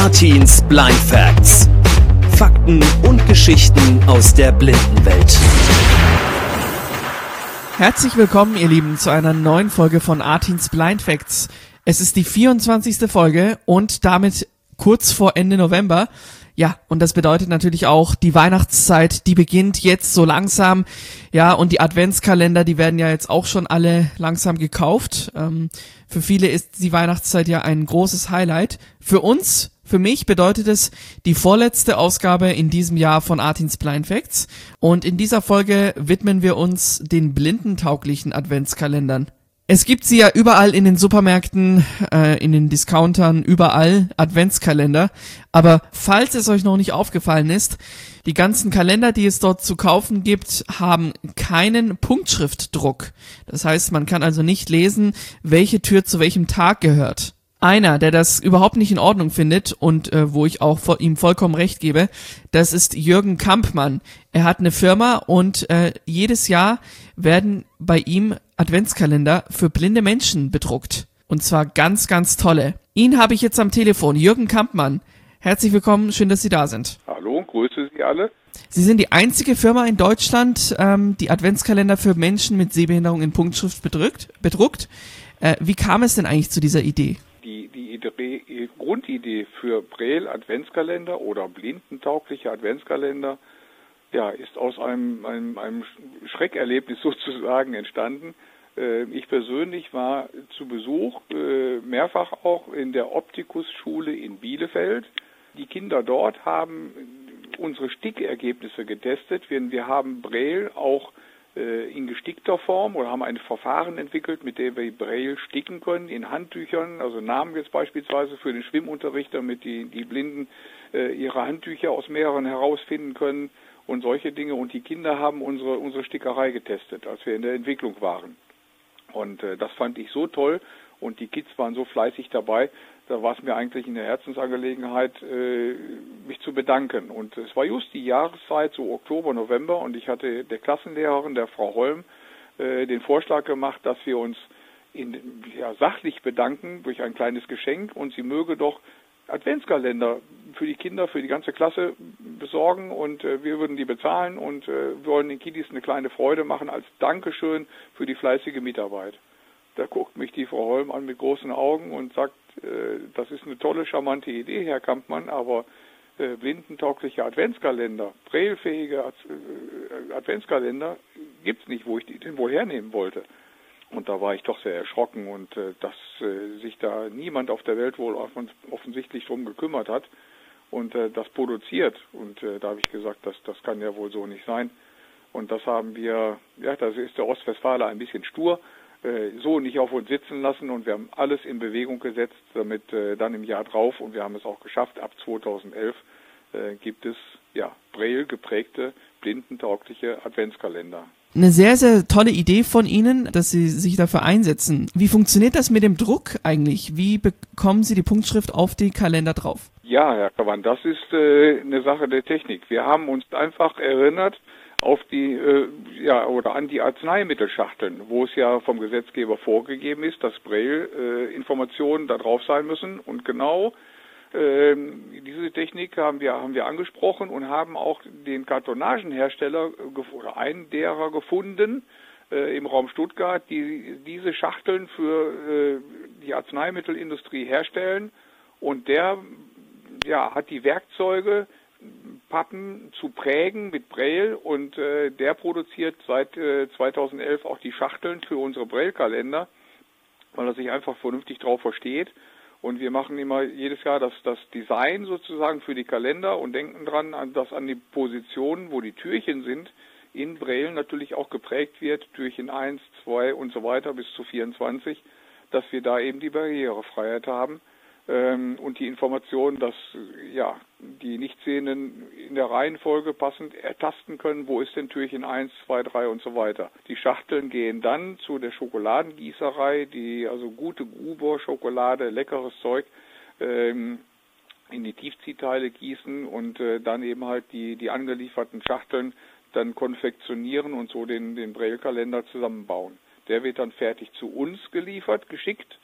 Artins Blind Facts. Fakten und Geschichten aus der Blindenwelt. Herzlich willkommen, ihr Lieben, zu einer neuen Folge von Artins Blind Facts. Es ist die 24. Folge und damit kurz vor Ende November. Ja, und das bedeutet natürlich auch, die Weihnachtszeit, die beginnt jetzt so langsam. Ja, und die Adventskalender, die werden ja jetzt auch schon alle langsam gekauft. Für viele ist die Weihnachtszeit ja ein großes Highlight. Für mich bedeutet es die vorletzte Ausgabe in diesem Jahr von Artins Blind Facts. Und in dieser Folge widmen wir uns den blindentauglichen Adventskalendern. Es gibt sie ja überall in den Supermärkten, in den Discountern, überall Adventskalender. Aber falls es euch noch nicht aufgefallen ist, die ganzen Kalender, die es dort zu kaufen gibt, haben keinen Punktschriftdruck. Das heißt, man kann also nicht lesen, welche Tür zu welchem Tag gehört. Einer, der das überhaupt nicht in Ordnung findet und wo ich auch ihm vollkommen recht gebe, das ist Jürgen Kampmann. Er hat eine Firma und jedes Jahr werden bei ihm Adventskalender für blinde Menschen bedruckt. Und zwar ganz, ganz tolle. Ihn habe ich jetzt am Telefon, Jürgen Kampmann. Herzlich willkommen, schön, dass Sie da sind. Hallo, grüße Sie alle. Sie sind die einzige Firma in Deutschland, die Adventskalender für Menschen mit Sehbehinderung in Punktschrift bedruckt. Wie kam es denn eigentlich zu dieser Idee? Die Grundidee für Braille Adventskalender oder blindentaugliche Adventskalender, ja, ist aus einem Schreckerlebnis sozusagen entstanden. Ich persönlich war zu Besuch, mehrfach auch in der Optikusschule in Bielefeld. Die Kinder dort haben unsere Stickergebnisse getestet. Wir haben Braille auch in gestickter Form oder haben ein Verfahren entwickelt, mit dem wir Braille sticken können in Handtüchern, also Namen jetzt beispielsweise für den Schwimmunterricht, damit die Blinden ihre Handtücher aus mehreren herausfinden können und solche Dinge. Und die Kinder haben unsere Stickerei getestet, als wir in der Entwicklung waren. Und das fand ich so toll und die Kids waren so fleißig dabei, da war es mir eigentlich eine Herzensangelegenheit, mich zu bedanken. Und es war just die Jahreszeit, so Oktober, November, und ich hatte der Klassenlehrerin, der Frau Holm, den Vorschlag gemacht, dass wir uns sachlich bedanken durch ein kleines Geschenk und sie möge doch Adventskalender für die Kinder, für die ganze Klasse besorgen und wir würden die bezahlen und wir wollen den Kiddies eine kleine Freude machen als Dankeschön für die fleißige Mitarbeit. Da guckt mich die Frau Holm an mit großen Augen und sagt, das ist eine tolle, charmante Idee, Herr Kampmann, aber blindentaugliche Adventskalender, braillefähige Adventskalender gibt's nicht, wo ich die denn wohl hernehmen wollte. Und da war ich doch sehr erschrocken und dass sich da niemand auf der Welt wohl offensichtlich drum gekümmert hat und das produziert. Und da habe ich gesagt, das kann ja wohl so nicht sein. Und das haben wir, ja, da ist der Ostwestfaler ein bisschen stur, so nicht auf uns sitzen lassen und wir haben alles in Bewegung gesetzt, damit dann im Jahr drauf, und wir haben es auch geschafft, ab 2011 gibt es ja Braille geprägte, blindentaugliche Adventskalender. Eine sehr, sehr tolle Idee von Ihnen, dass Sie sich dafür einsetzen. Wie funktioniert das mit dem Druck eigentlich? Wie bekommen Sie die Punktschrift auf die Kalender drauf? Ja, Herr Kavan, das ist eine Sache der Technik. Wir haben uns einfach erinnert auf die an die Arzneimittelschachteln, wo es ja vom Gesetzgeber vorgegeben ist, dass Braille-Informationen da drauf sein müssen. Und genau diese Technik haben wir angesprochen und haben auch den Kartonagenhersteller oder einen derer gefunden im Raum Stuttgart, die diese Schachteln für die Arzneimittelindustrie herstellen. Und der hat die Werkzeuge, Pappen zu prägen mit Braille und der produziert seit 2011 auch die Schachteln für unsere Braille-Kalender, weil er sich einfach vernünftig drauf versteht. Und wir machen immer jedes Jahr das Design sozusagen für die Kalender und denken dran, dass an die Positionen, wo die Türchen sind, in Braille natürlich auch geprägt wird, Türchen 1, 2 und so weiter bis zu 24, dass wir da eben die Barrierefreiheit haben. Und die Information, dass die Nichtsehenden in der Reihenfolge passend ertasten können, wo ist denn Türchen 1, 2, 3 und so weiter. Die Schachteln gehen dann zu der Schokoladengießerei, die also gute Gruber-Schokolade, leckeres Zeug, in die Tiefziehteile gießen und dann eben halt die angelieferten Schachteln dann konfektionieren und so den Braille-Kalender zusammenbauen. Der wird dann fertig zu uns geliefert, geschickt.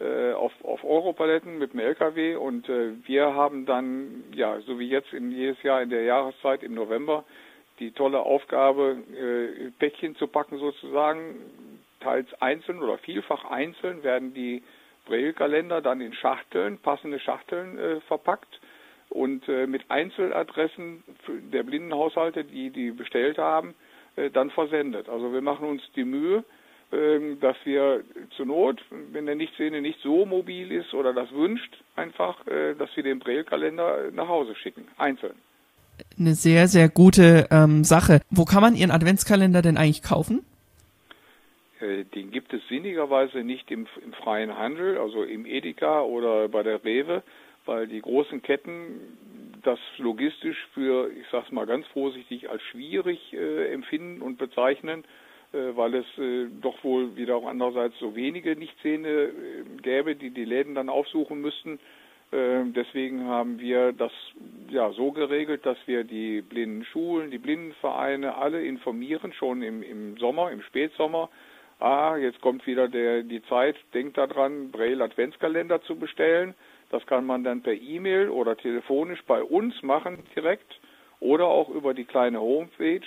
auf Europaletten mit dem LKW und wir haben dann, ja, so wie jetzt jedes Jahr in der Jahreszeit im November, die tolle Aufgabe, Päckchen zu packen sozusagen, teils einzeln oder vielfach einzeln werden die Braille-Kalender dann in Schachteln, passende Schachteln verpackt und mit Einzeladressen der Blindenhaushalte, die bestellt haben, dann versendet. Also wir machen uns die Mühe, dass wir zur Not, wenn der Nichtsehende nicht so mobil ist oder das wünscht, einfach, dass wir den Braille-Kalender nach Hause schicken, einzeln. Eine sehr, sehr gute Sache. Wo kann man Ihren Adventskalender denn eigentlich kaufen? Den gibt es sinnigerweise nicht im freien Handel, also im Edeka oder bei der Rewe, weil die großen Ketten das logistisch für, ich sag's mal ganz vorsichtig, als schwierig empfinden und bezeichnen, weil es doch wohl wieder auch andererseits so wenige Nichtsehende gäbe, die die Läden dann aufsuchen müssten. Deswegen haben wir das ja so geregelt, dass wir die Blindenschulen, die Blindenvereine alle informieren, schon im Sommer, im Spätsommer. Jetzt kommt wieder die Zeit, denkt daran, Braille Adventskalender zu bestellen. Das kann man dann per E-Mail oder telefonisch bei uns machen direkt oder auch über die kleine Homepage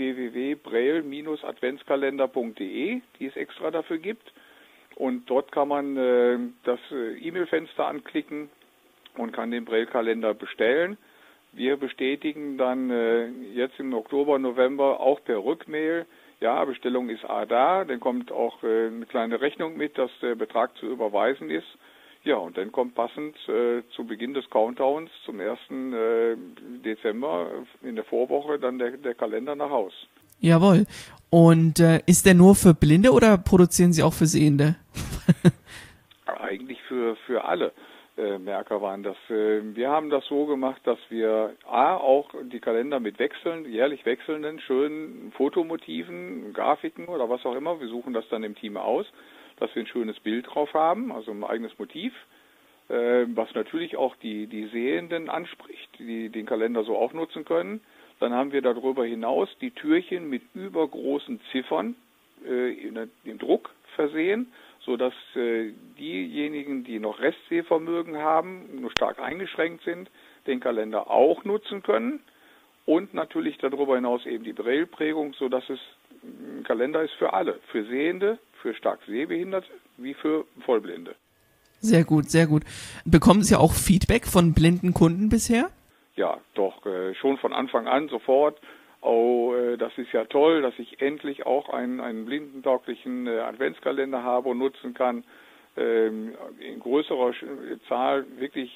www.braille-adventskalender.de, die es extra dafür gibt. Und dort kann man das E-Mail-Fenster anklicken und kann den Braille-Kalender bestellen. Wir bestätigen dann jetzt im Oktober, November auch per Rückmail, ja, Bestellung ist da, dann kommt auch eine kleine Rechnung mit, dass der Betrag zu überweisen ist. Ja, und dann kommt passend zu Beginn des Countdowns zum 1. Dezember in der Vorwoche dann der Kalender nach Haus. Jawohl. Und ist der nur für Blinde oder produzieren Sie auch für Sehende? Eigentlich für alle Merker waren das. Wir haben das so gemacht, dass wir auch die Kalender mit jährlich wechselnden, schönen Fotomotiven, Grafiken oder was auch immer, wir suchen das dann im Team aus, dass wir ein schönes Bild drauf haben, also ein eigenes Motiv, was natürlich auch die Sehenden anspricht, die den Kalender so auch nutzen können. Dann haben wir darüber hinaus die Türchen mit übergroßen Ziffern im Druck versehen, sodass diejenigen, die noch Restsehvermögen haben, nur stark eingeschränkt sind, den Kalender auch nutzen können und natürlich darüber hinaus eben die Braille-Prägung, sodass es ein Kalender ist für alle, für Sehende, für stark Sehbehinderte wie für Vollblinde. Sehr gut, sehr gut. Bekommen Sie auch Feedback von blinden Kunden bisher? Ja, doch, schon von Anfang an sofort. Das ist ja toll, dass ich endlich auch einen blindentauglichen Adventskalender habe und nutzen kann. In größerer Zahl wirklich,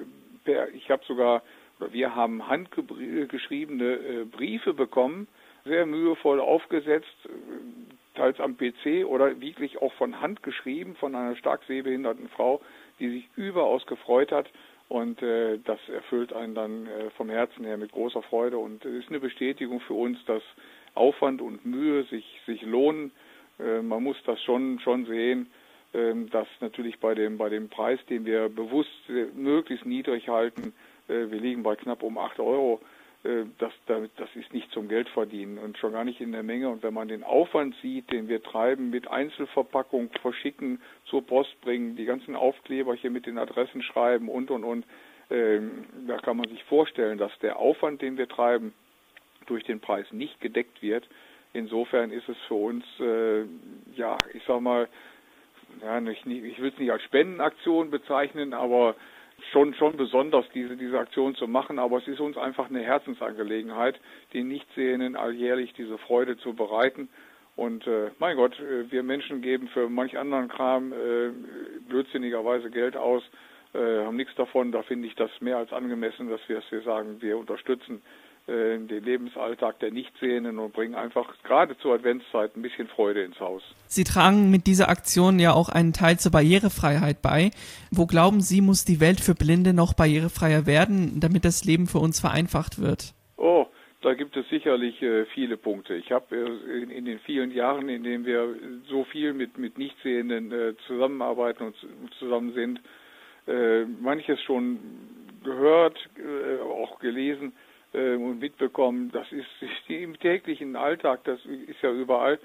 wir haben handgeschriebene Briefe bekommen, sehr mühevoll aufgesetzt, teils am PC oder wirklich auch von Hand geschrieben von einer stark sehbehinderten Frau, die sich überaus gefreut hat. Und das erfüllt einen dann vom Herzen her mit großer Freude. Und es ist eine Bestätigung für uns, dass Aufwand und Mühe sich lohnen. Man muss das schon sehen, dass natürlich bei dem Preis, den wir bewusst möglichst niedrig halten, wir liegen bei knapp um 8 Euro, das ist nicht zum Geld verdienen und schon gar nicht in der Menge. Und wenn man den Aufwand sieht, den wir treiben mit Einzelverpackung, verschicken, zur Post bringen, die ganzen Aufkleber hier mit den Adressen schreiben und, da kann man sich vorstellen, dass der Aufwand, den wir treiben, durch den Preis nicht gedeckt wird. Insofern ist es für uns, ich sag mal, ich will es nicht als Spendenaktion bezeichnen, aber schon besonders diese Aktion zu machen, aber es ist uns einfach eine Herzensangelegenheit, den Nichtsehenden alljährlich diese Freude zu bereiten. Und mein Gott, wir Menschen geben für manch anderen Kram blödsinnigerweise Geld aus, haben nichts davon. Da finde ich das mehr als angemessen, dass wir sagen, wir unterstützen den Lebensalltag der Nichtsehenden und bringen einfach gerade zur Adventszeit ein bisschen Freude ins Haus. Sie tragen mit dieser Aktion ja auch einen Teil zur Barrierefreiheit bei. Wo glauben Sie, muss die Welt für Blinde noch barrierefreier werden, damit das Leben für uns vereinfacht wird? Oh, da gibt es sicherlich viele Punkte. Ich habe in den vielen Jahren, in denen wir so viel mit Nichtsehenden zusammenarbeiten und zusammen sind, manches schon gehört, auch gelesen und mitbekommen. Das ist im täglichen Alltag, das ist ja überall.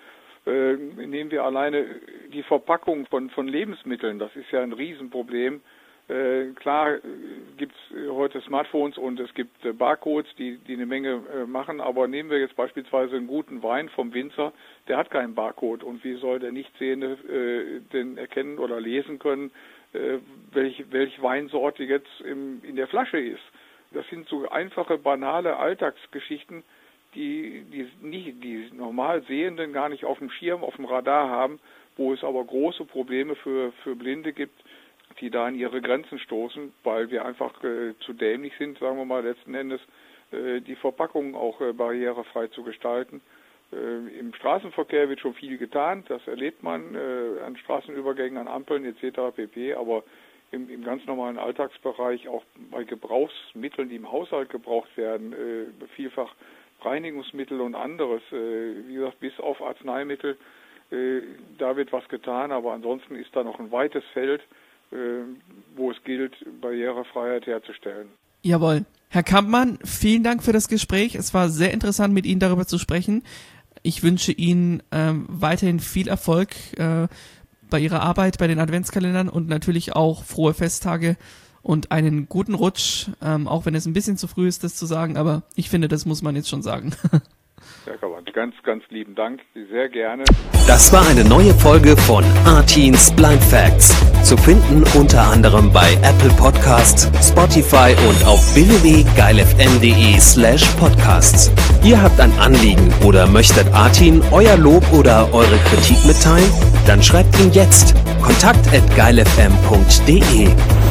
Nehmen wir alleine die Verpackung von Lebensmitteln, das ist ja ein Riesenproblem. Klar gibt's heute Smartphones und es gibt Barcodes, die eine Menge machen, aber nehmen wir jetzt beispielsweise einen guten Wein vom Winzer, der hat keinen Barcode, und wie soll der Nichtsehende denn erkennen oder lesen können, welche Weinsorte jetzt in der Flasche ist? Das sind so einfache, banale Alltagsgeschichten, die normal Sehenden gar nicht auf dem Schirm, auf dem Radar haben, wo es aber große Probleme für Blinde gibt, die da an ihre Grenzen stoßen, weil wir einfach zu dämlich sind, sagen wir mal letzten Endes, die Verpackung auch barrierefrei zu gestalten. Im Straßenverkehr wird schon viel getan, das erlebt man an Straßenübergängen, an Ampeln etc. pp., aber im ganz normalen Alltagsbereich, auch bei Gebrauchsmitteln, die im Haushalt gebraucht werden, vielfach Reinigungsmittel und anderes, wie gesagt, bis auf Arzneimittel, da wird was getan, aber ansonsten ist da noch ein weites Feld, wo es gilt, Barrierefreiheit herzustellen. Jawohl. Herr Kampmann, vielen Dank für das Gespräch. Es war sehr interessant, mit Ihnen darüber zu sprechen. Ich wünsche Ihnen weiterhin viel Erfolg bei Ihrer Arbeit, bei den Adventskalendern und natürlich auch frohe Festtage und einen guten Rutsch, auch wenn es ein bisschen zu früh ist, das zu sagen, aber ich finde, das muss man jetzt schon sagen. Herr Kampmann, ganz, ganz lieben Dank, sehr gerne. Das war eine neue Folge von Artins Blind Facts. Zu finden unter anderem bei Apple Podcasts, Spotify und auf www.geilfm.de/podcasts. Ihr habt ein Anliegen oder möchtet Artin euer Lob oder eure Kritik mitteilen? Dann schreibt ihn jetzt kontakt@geilfm.de.